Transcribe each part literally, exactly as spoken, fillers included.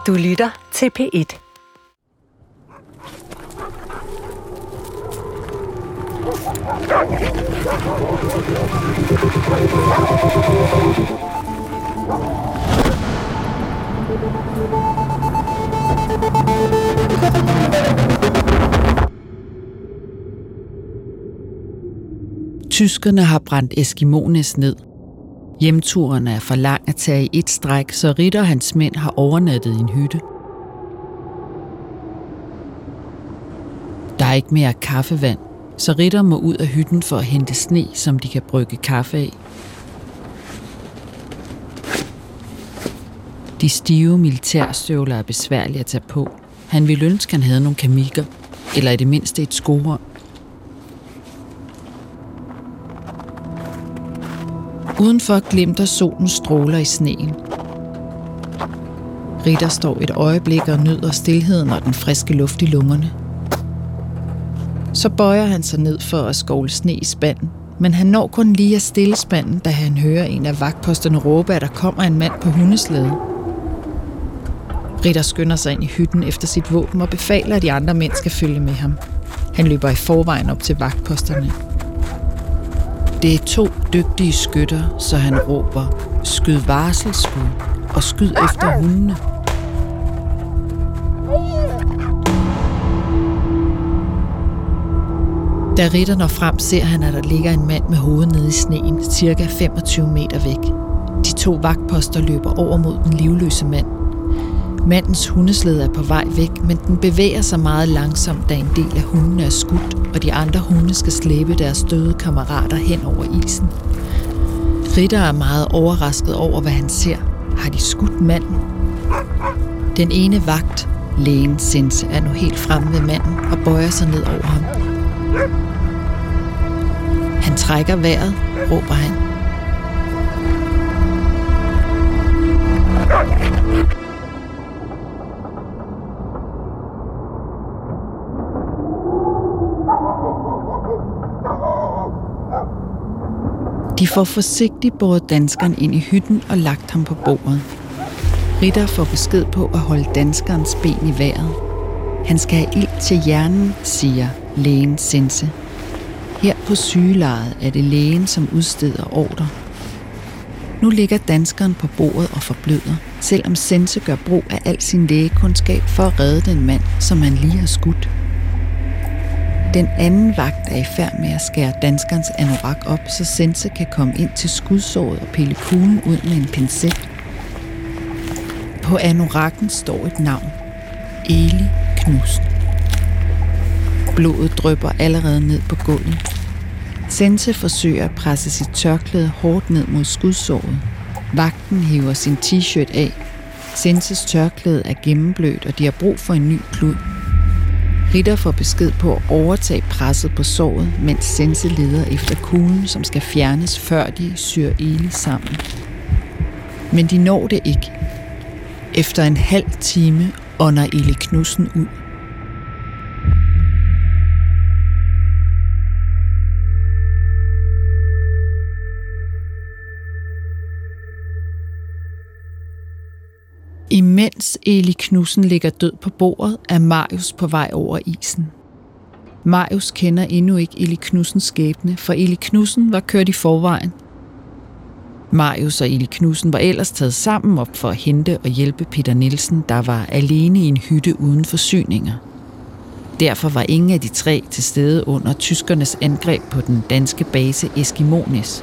Du lytter til P et. Tyskerne har brændt Eskimones ned. Hjemturen er for lang at tage i et stræk, så Ritter og hans mænd har overnattet i en hytte. Der er ikke mere kaffevand, så Ritter må ud af hytten for at hente sne, som de kan brygge kaffe af. De stive militærstøvler er besværlige at tage på. Han ville ønske, han havde nogle kamikker, eller i det mindste et skohorn. Udenfor glimter solens stråler i sneen. Ritter står et øjeblik og nyder stilheden og den friske luft i lungerne. Så bøjer han sig ned for at skovle sne i spanden, men han når kun lige at stille spanden, da han hører en af vagtposterne råbe, at der kommer en mand på hundeslæde. Ritter skynder sig ind i hytten efter sit våben og befaler, at de andre mænd skal følge med ham. Han løber i forvejen op til vagtposterne. Det er to dygtige skytter, så han råber, skyd varselsskud og skyd efter hundene. Da Ritter når frem, ser han, at der ligger en mand med hovedet nede i sneen, cirka femogtyve meter væk. De to vagtposter løber over mod den livløse mand. Mandens hundeslede er på vej væk, men den bevæger sig meget langsomt, da en del af hundene er skudt, og de andre hunde skal slæbe deres døde kammerater hen over isen. Ritter er meget overrasket over, hvad han ser. Har de skudt manden? Den ene vagt, lægen Sense, er nu helt fremme ved manden og bøjer sig ned over ham. Han trækker vejret, råber han. De får forsigtigt båret danskeren ind i hytten og lagt ham på bordet. Ritter får besked på at holde danskerens ben i vejret. Han skal have ild til hjernen, siger lægen Sense. Her på sygelejet er det lægen, som udsteder ordre. Nu ligger danskeren på bordet og forbløder, selvom Sense gør brug af al sin lægekundskab for at redde den mand, som han lige har skudt. Den anden vagt er i færd med at skære danskerens anorak op, så Sense kan komme ind til skudsåret og pille kuglen ud med en pincet. På anorakken står et navn. Eli Knudsen. Blodet drypper allerede ned på gulvet. Sense forsøger at presse sit tørklæde hårdt ned mod skudsåret. Vagten hiver sin t-shirt af. Senses tørklæde er gennemblødt, og de har brug for en ny klud. Ritter får besked på at overtage presset på såret, mens Sense leder efter kuglen, som skal fjernes, før de syr Eli sammen. Men de når det ikke. Efter en halv time ånder Eli Knudsen ud. Imens Eli Knudsen ligger død på bordet, er Marius på vej over isen. Marius kender endnu ikke Eli Knudsens skæbne, for Eli Knudsen var kørt i forvejen. Marius og Eli Knudsen var ellers taget sammen op for at hente og hjælpe Peter Nielsen, der var alene i en hytte uden forsyninger. Derfor var ingen af de tre til stede under tyskernes angreb på den danske base Eskimones.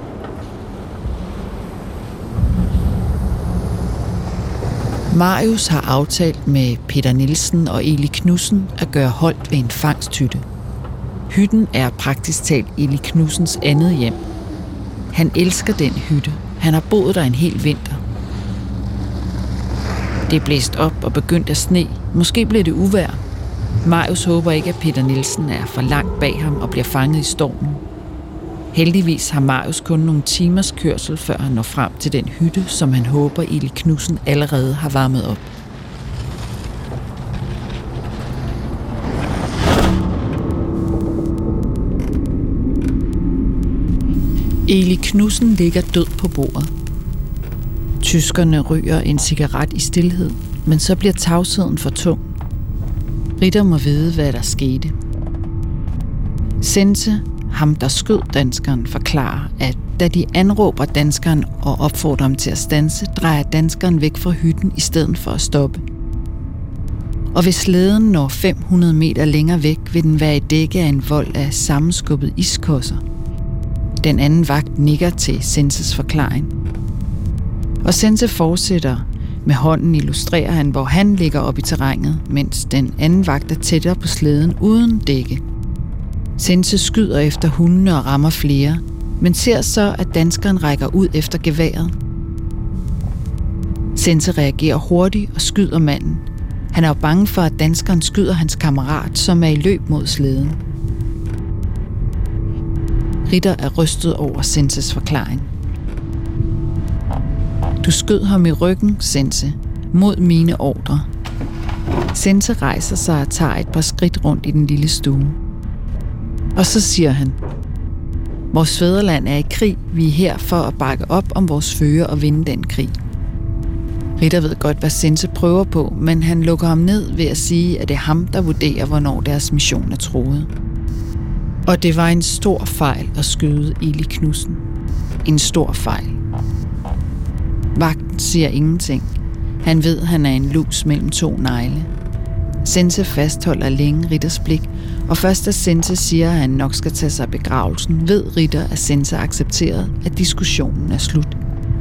Marius har aftalt med Peter Nielsen og Eli Knudsen at gøre holdt ved en fangsthytte. Hytten er praktisk talt Eli Knudsens andet hjem. Han elsker den hytte. Han har boet der en hel vinter. Det er blæst op og begyndt at sne. Måske bliver det uvejr. Marius håber ikke, at Peter Nielsen er for langt bag ham og bliver fanget i stormen. Heldigvis har Marius kun nogle timers kørsel, før han når frem til den hytte, som han håber Eli Knudsen allerede har varmet op. Eli Knudsen ligger død på bordet. Tyskerne ryger en cigaret i stilhed, men så bliver tavsheden for tung. Ritter må vide, hvad der skete. Sense, ham der skød danskeren, forklarer, at da de anråber danskeren og opfordrer ham til at standse, drejer danskeren væk fra hytten i stedet for at stoppe. Og hvis slæden når fem hundrede meter længere væk, vil den være i dække af en vold af sammenskubbet iskosser. Den anden vagt nikker til Senses forklaring. Og Sense fortsætter. Med hånden illustrerer han, hvor han ligger op i terrænet, mens den anden vagt er tættere på slæden uden dække. Sense skyder efter hundene og rammer flere, men ser så, at danskeren rækker ud efter geværet. Sense reagerer hurtigt og skyder manden. Han er jo bange for, at danskeren skyder hans kammerat, som er i løb mod slæden. Ritter er rystet over Senses forklaring. Du skød ham i ryggen, Sense, mod mine ordre. Sense rejser sig og tager et par skridt rundt i den lille stue. Og så siger han: Vores fædreland er i krig. Vi er her for at bakke op om vores fører og vinde den krig. Ritter ved godt, hvad Sense prøver på, men han lukker ham ned ved at sige, at det er ham, der vurderer, hvornår deres mission er truet. Og det var en stor fejl at skyde Eli Knudsen. En stor fejl. Vagten siger ingenting. Han ved, han er en lus mellem to negle. Sense fastholder længe Ritters blik, og først da Sense siger, at han nok skal tage sig af begravelsen, ved Ritter, at Sense har accepteret, at diskussionen er slut.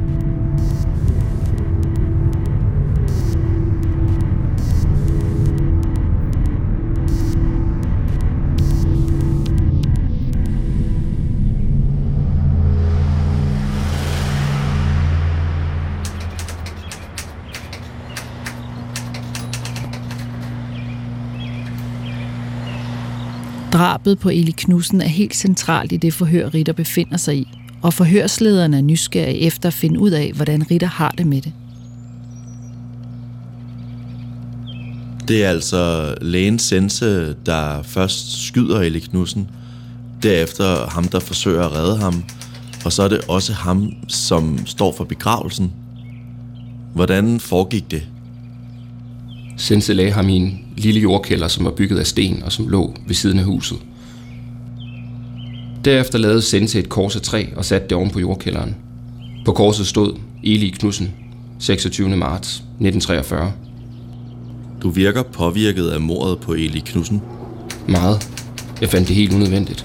Drabet på Eli Knudsen er helt centralt i det forhør, Ritter befinder sig i, og forhørslederen er nysgerrig efter at finde ud af, hvordan Ritter har det med det. Det er altså lægen Sense, der først skyder Eli Knudsen, derefter ham, der forsøger at redde ham, og så er det også ham, som står for begravelsen. Hvordan foregik det? Sense lagde ham i en lille jordkælder, som var bygget af sten og som lå ved siden af huset. Derefter lavede Sense et kors af træ og satte det oven på jordkælderen. På korset stod Eli Knudsen, seksogtyvende marts nitten treogfyrre. Du virker påvirket af mordet på Eli Knudsen. Meget. Jeg fandt det helt unødvendigt.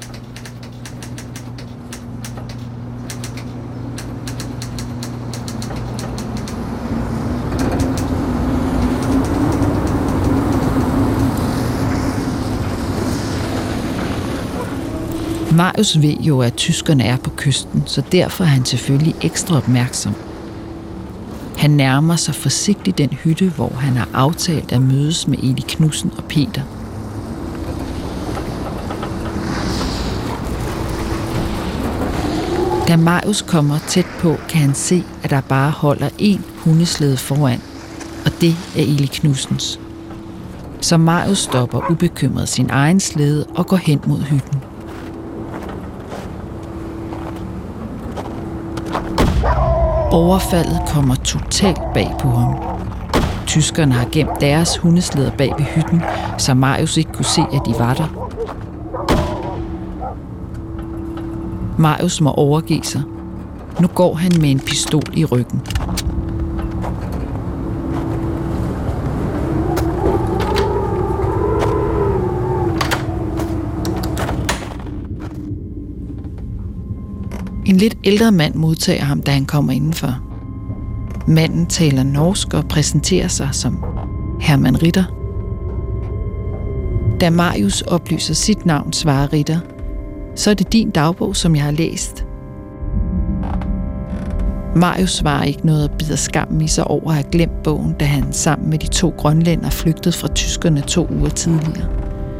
Marius ved jo, at tyskerne er på kysten, så derfor er han selvfølgelig ekstra opmærksom. Han nærmer sig forsigtigt den hytte, hvor han har aftalt at mødes med Eli Knudsen og Peter. Da Marius kommer tæt på, kan han se, at der bare holder én hundeslæde foran, og det er Eli Knudsens. Så Marius stopper ubekymret sin egen slæde og går hen mod hytten. Overfaldet kommer totalt bag på ham. Tyskerne har gemt deres hundeslæder bag ved hytten, så Marius ikke kunne se, at de var der. Marius må overgive sig. Nu går han med en pistol i ryggen. En lidt ældre mand modtager ham, da han kommer indenfor. Manden taler norsk og præsenterer sig som Herman Ritter. Da Marius oplyser sit navn, svarer Ritter: Så er det din dagbog, som jeg har læst. Marius svarer ikke noget og bider skam i sig over at have glemt bogen, da han sammen med de to grønlændere flygtede fra tyskerne to uger tidligere.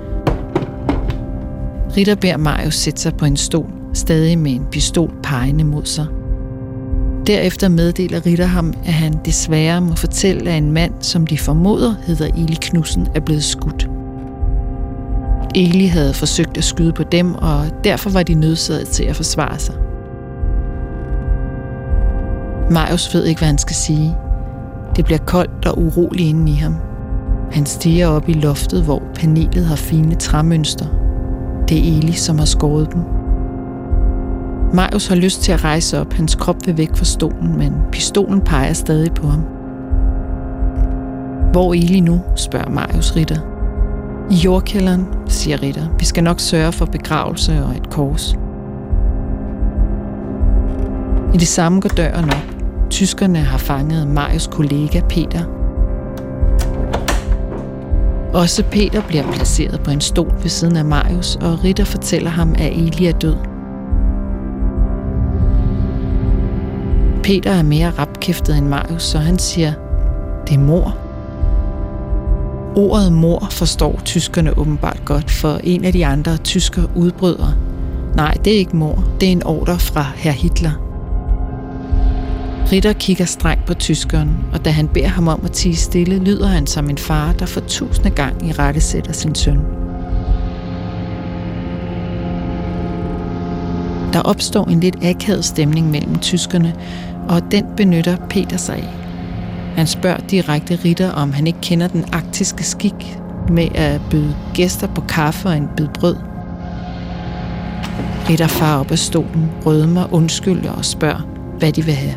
Ritter beder Marius sætte sig på en stol, stadig med en pistol pegende mod sig. Derefter meddeler Ritter ham, at han desværre må fortælle, at en mand, som de formoder hedder Eli Knudsen, er blevet skudt. Eli havde forsøgt at skyde på dem, og derfor var de nødsaget til at forsvare sig. Marius ved ikke, hvad han skal sige. Det bliver koldt og uroligt inde i ham. Han stiger op i loftet, hvor panelet har fine træmønster. Det er Eli, som har skåret dem. Marius har lyst til at rejse op. Hans krop vil væk fra stolen, men pistolen peger stadig på ham. Hvor er Eli nu, spørger Marius Ritter. I jordkælderen, siger Ritter. Vi skal nok sørge for begravelse og et kors. I det samme går døren op. Tyskerne har fanget Marius' kollega Peter. Også Peter bliver placeret på en stol ved siden af Marius, og Ritter fortæller ham, at Eli er død. Peter er mere rapkæftet end Marius, så han siger, det er mor. Ordet mor forstår tyskerne åbenbart godt, for en af de andre tysker udbryder. Nej, det er ikke mor, det er en ordre fra herr Hitler. Ritter kigger strengt på tyskeren, og da han beder ham om at tie stille, lyder han som en far, der for tusinde gang i rette sætter sin søn. Der opstår en lidt akavet stemning mellem tyskerne, og den benytter Peter sig af. Han spørger direkte Ritter, om han ikke kender den arktiske skik med at byde gæster på kaffe og en bid brød. Ritter farer op af stolen, rødmer, undskylder og spørger, hvad de vil have.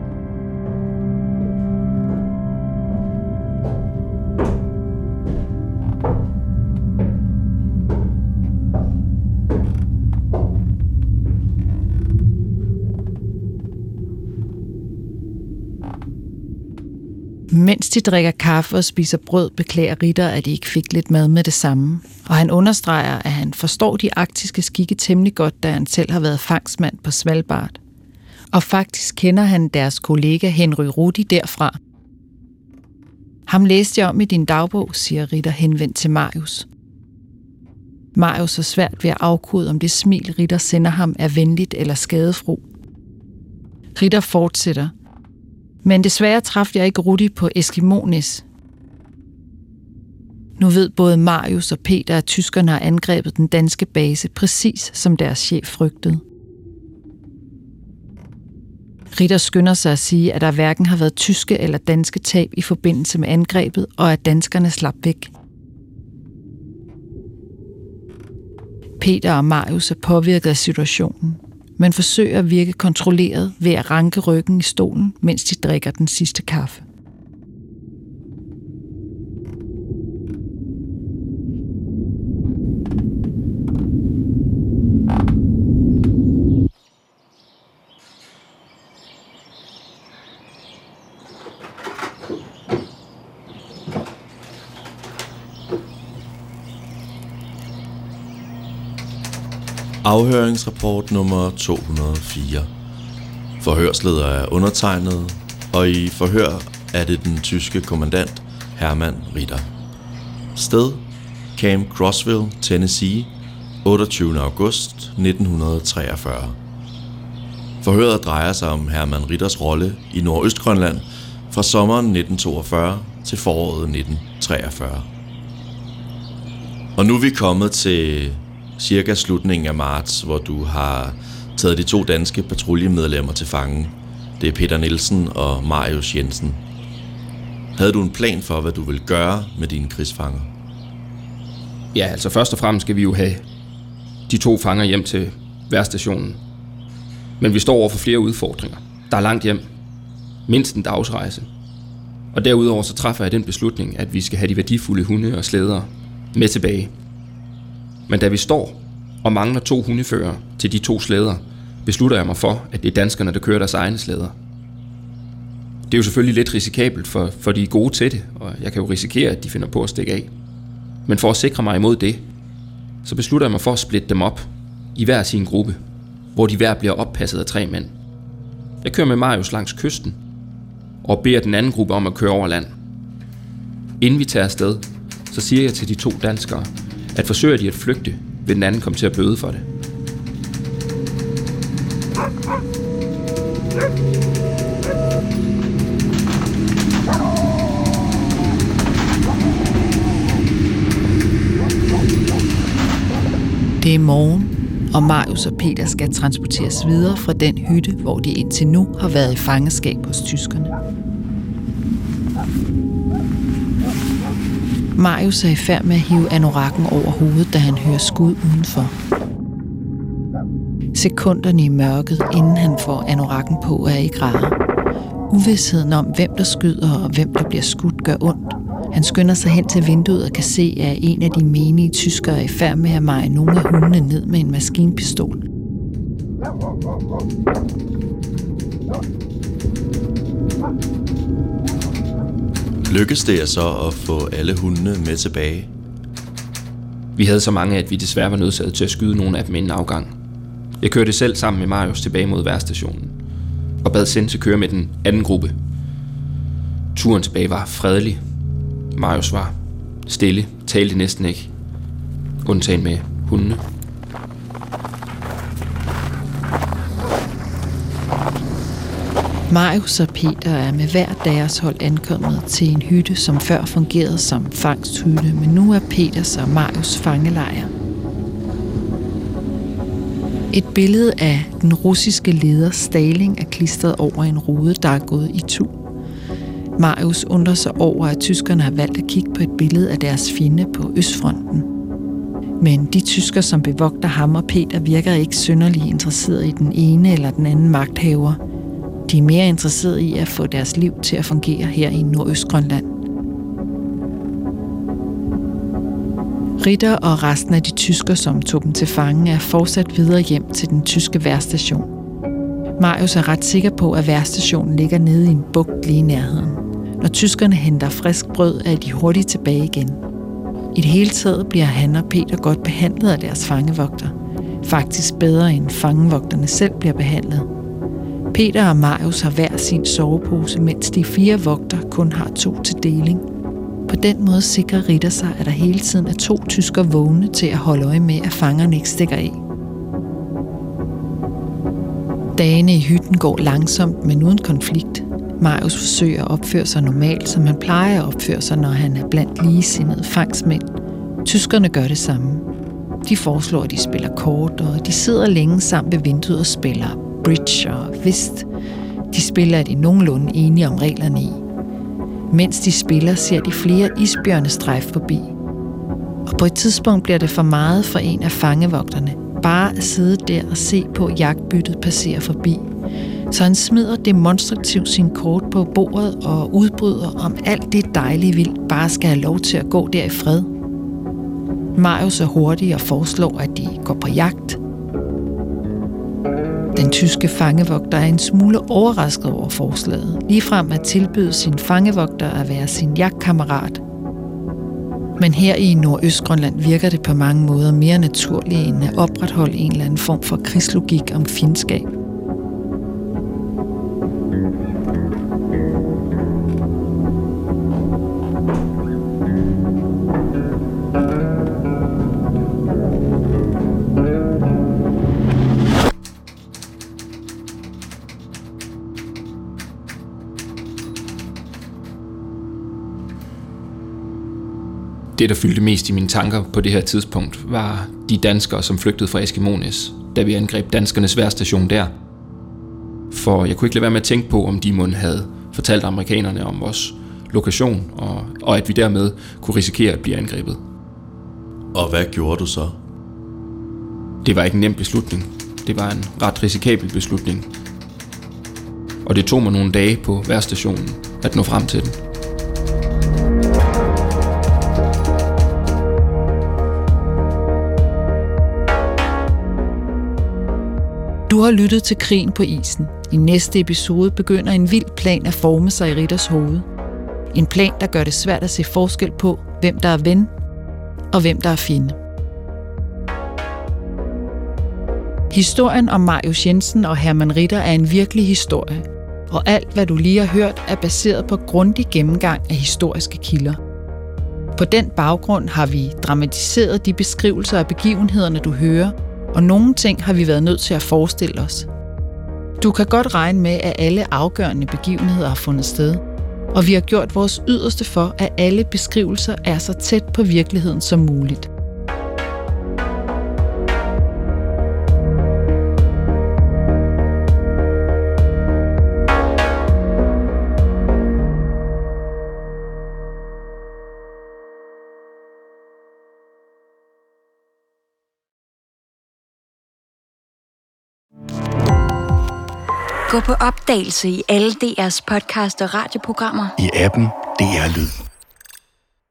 Mens de drikker kaffe og spiser brød, beklager Ritter, at de ikke fik lidt mad med det samme. Og han understreger, at han forstår de arktiske skikke temmelig godt, da han selv har været fangstmand på Svalbard. Og faktisk kender han deres kollega Henry Rudi derfra. Ham læste jeg om i din dagbog, siger Ritter henvendt til Marius. Marius er svært ved at afkode, om det smil, Ritter sender ham, er venligt eller skadefro. Ritter fortsætter. Men desværre traf jeg ikke Rudi på Eskimonis. Nu ved både Marius og Peter, at tyskerne har angrebet den danske base, præcis som deres chef frygtede. Ritter skynder sig at sige, at der hverken har været tyske eller danske tab i forbindelse med angrebet, og at danskerne slap væk. Peter og Marius er påvirket af situationen, men forsøger at virke kontrolleret ved at ranke ryggen i stolen, mens de drikker den sidste kaffe. Afhøringsrapport nummer to hundrede og fire. Forhørsleder er undertegnet, og i forhør er det den tyske kommandant Hermann Ritter. Sted: Camp Crossville, Tennessee, otteogtyvende august nitten treogfyrre. Forhøret drejer sig om Hermann Ritters rolle i Nordøstgrønland fra sommeren nitten toogfyrre til foråret nitten treogfyrre. Og nu er vi kommet til cirka slutningen af marts, hvor du har taget de to danske patruljemedlemmer til fange. Det er Peter Nielsen og Marius Jensen. Havde du en plan for, hvad du ville gøre med dine krigsfanger? Ja, altså først og fremmest skal vi jo have de to fanger hjem til vejrstationen. Men vi står over for flere udfordringer. Der er langt hjem. Mindst en dagsrejse. Og derudover så træffer jeg den beslutning, at vi skal have de værdifulde hunde og slæder med tilbage. Men da vi står og mangler to hundefører til de to slæder, beslutter jeg mig for, at det er danskerne, der kører deres egne slæder. Det er jo selvfølgelig lidt risikabelt, for, for de er gode til det, og jeg kan jo risikere, at de finder på at stikke af. Men for at sikre mig imod det, så beslutter jeg mig for at splitte dem op i hver sin gruppe, hvor de hver bliver oppasset af tre mænd. Jeg kører med Marius langs kysten og beder den anden gruppe om at køre over land. Inden vi tager afsted, så siger jeg til de to danskere, at forsøger de at flygte, vil den anden komme til at bøde for det. Det er morgen, og Marius og Peter skal transporteres videre fra den hytte, hvor de indtil nu har været i fangenskab hos tyskerne. Marius er i færd med at hive anorakken over hovedet, da han hører skud udenfor. Sekunderne i mørket, inden han får anorakken på, er ikke rare. Uvidsheden om, hvem der skyder og hvem der bliver skudt, gør ondt. Han skynder sig hen til vinduet og kan se, at en af de menige tyskere er i færd med at meje nogle af hundene ned med en maskinpistol. Lykkes det så at få alle hundene med tilbage? Vi havde så mange, at vi desværre var nødsaget til at skyde nogle af dem inden afgang. Jeg kørte selv sammen med Marius tilbage mod vejrstationen og bad Sense køre med den anden gruppe. Turen tilbage var fredelig. Marius var stille, talte næsten ikke, undtagen med hundene. Marius og Peter er med hver deres hold ankommet til en hytte, som før fungerede som fangsthytte, men nu er Peters og Marius fangelejr. Et billede af den russiske leder Stalin er klistret over en rude, der er gået itu. Marius undrer sig over, at tyskerne har valgt at kigge på et billede af deres fjende på Østfronten. Men de tyskere, som bevogter ham og Peter, virker ikke synderligt interesseret i den ene eller den anden magthaver. De er mere interesserede i at få deres liv til at fungere her i Nordøstgrønland. Ritter og resten af de tyskere, som tog dem til fange, er fortsat videre hjem til den tyske vejrstation. Marius er ret sikker på, at vejrstationen ligger nede i en bugt lige i nærheden. Når tyskerne henter frisk brød, er de hurtigt tilbage igen. I det hele taget bliver han og Peter godt behandlet af deres fangevogter. Faktisk bedre end fangevogterne selv bliver behandlet. Peter og Marius har hver sin sovepose, mens de fire vogter kun har to til deling. På den måde sikrer Ritter sig, at der hele tiden er to tyskere vågne til at holde øje med, at fangerne ikke stikker af. Dagene i hytten går langsomt, men uden konflikt. Marius forsøger at opføre sig normalt, som han plejer at opføre sig, når han er blandt ligesindede fangstmænd. Tyskerne gør det samme. De foreslår, at de spiller kort, og de sidder længe sammen ved vinduet og spiller bridge og whist. De spiller, at de er nogenlunde enige om reglerne i. Mens de spiller, ser de flere isbjørne strejfe forbi. Og på et tidspunkt bliver det for meget for en af fangevogterne, bare at sidde der og se på jagtbyttet passere forbi. Så han smider demonstrativt sin kort på bordet og udbryder om alt det dejlige vildt bare skal have lov til at gå der i fred. Marius er hurtig og foreslår, at de går på jagt. Den tyske fangevogter er en smule overrasket over forslaget, ligefrem at tilbyde sin fangevogter at være sin jagtkammerat. Men her i Nordøstgrønland virker det på mange måder mere naturligt end at opretholde en eller anden form for krigslogik om fjendskab. Det, der fyldte mest i mine tanker på det her tidspunkt, var de danskere, som flygtede fra Eskimonis, da vi angreb danskernes vejrstation der. For jeg kunne ikke lade være med at tænke på, om de måtte havde fortalt amerikanerne om vores lokation, og, og at vi dermed kunne risikere at blive angrebet. Og hvad gjorde du så? Det var ikke en nem beslutning. Det var en ret risikabel beslutning. Og det tog mig nogle dage på vejrstationen at nå frem til den. Du har lyttet til Krigen på isen. I næste episode begynder en vild plan at forme sig i Ritters hoved. En plan, der gør det svært at se forskel på, hvem der er ven og hvem der er fjende. Historien om Marius Jensen og Hermann Ritter er en virkelig historie, og alt, hvad du lige har hørt, er baseret på grundig gennemgang af historiske kilder. På den baggrund har vi dramatiseret de beskrivelser af begivenhederne, du hører, og nogle ting har vi været nødt til at forestille os. Du kan godt regne med, at alle afgørende begivenheder har fundet sted, og vi har gjort vores yderste for, at alle beskrivelser er så tæt på virkeligheden som muligt. Gå på opdagelse i alle D R's podcast og radioprogrammer. I appen D R Lyd.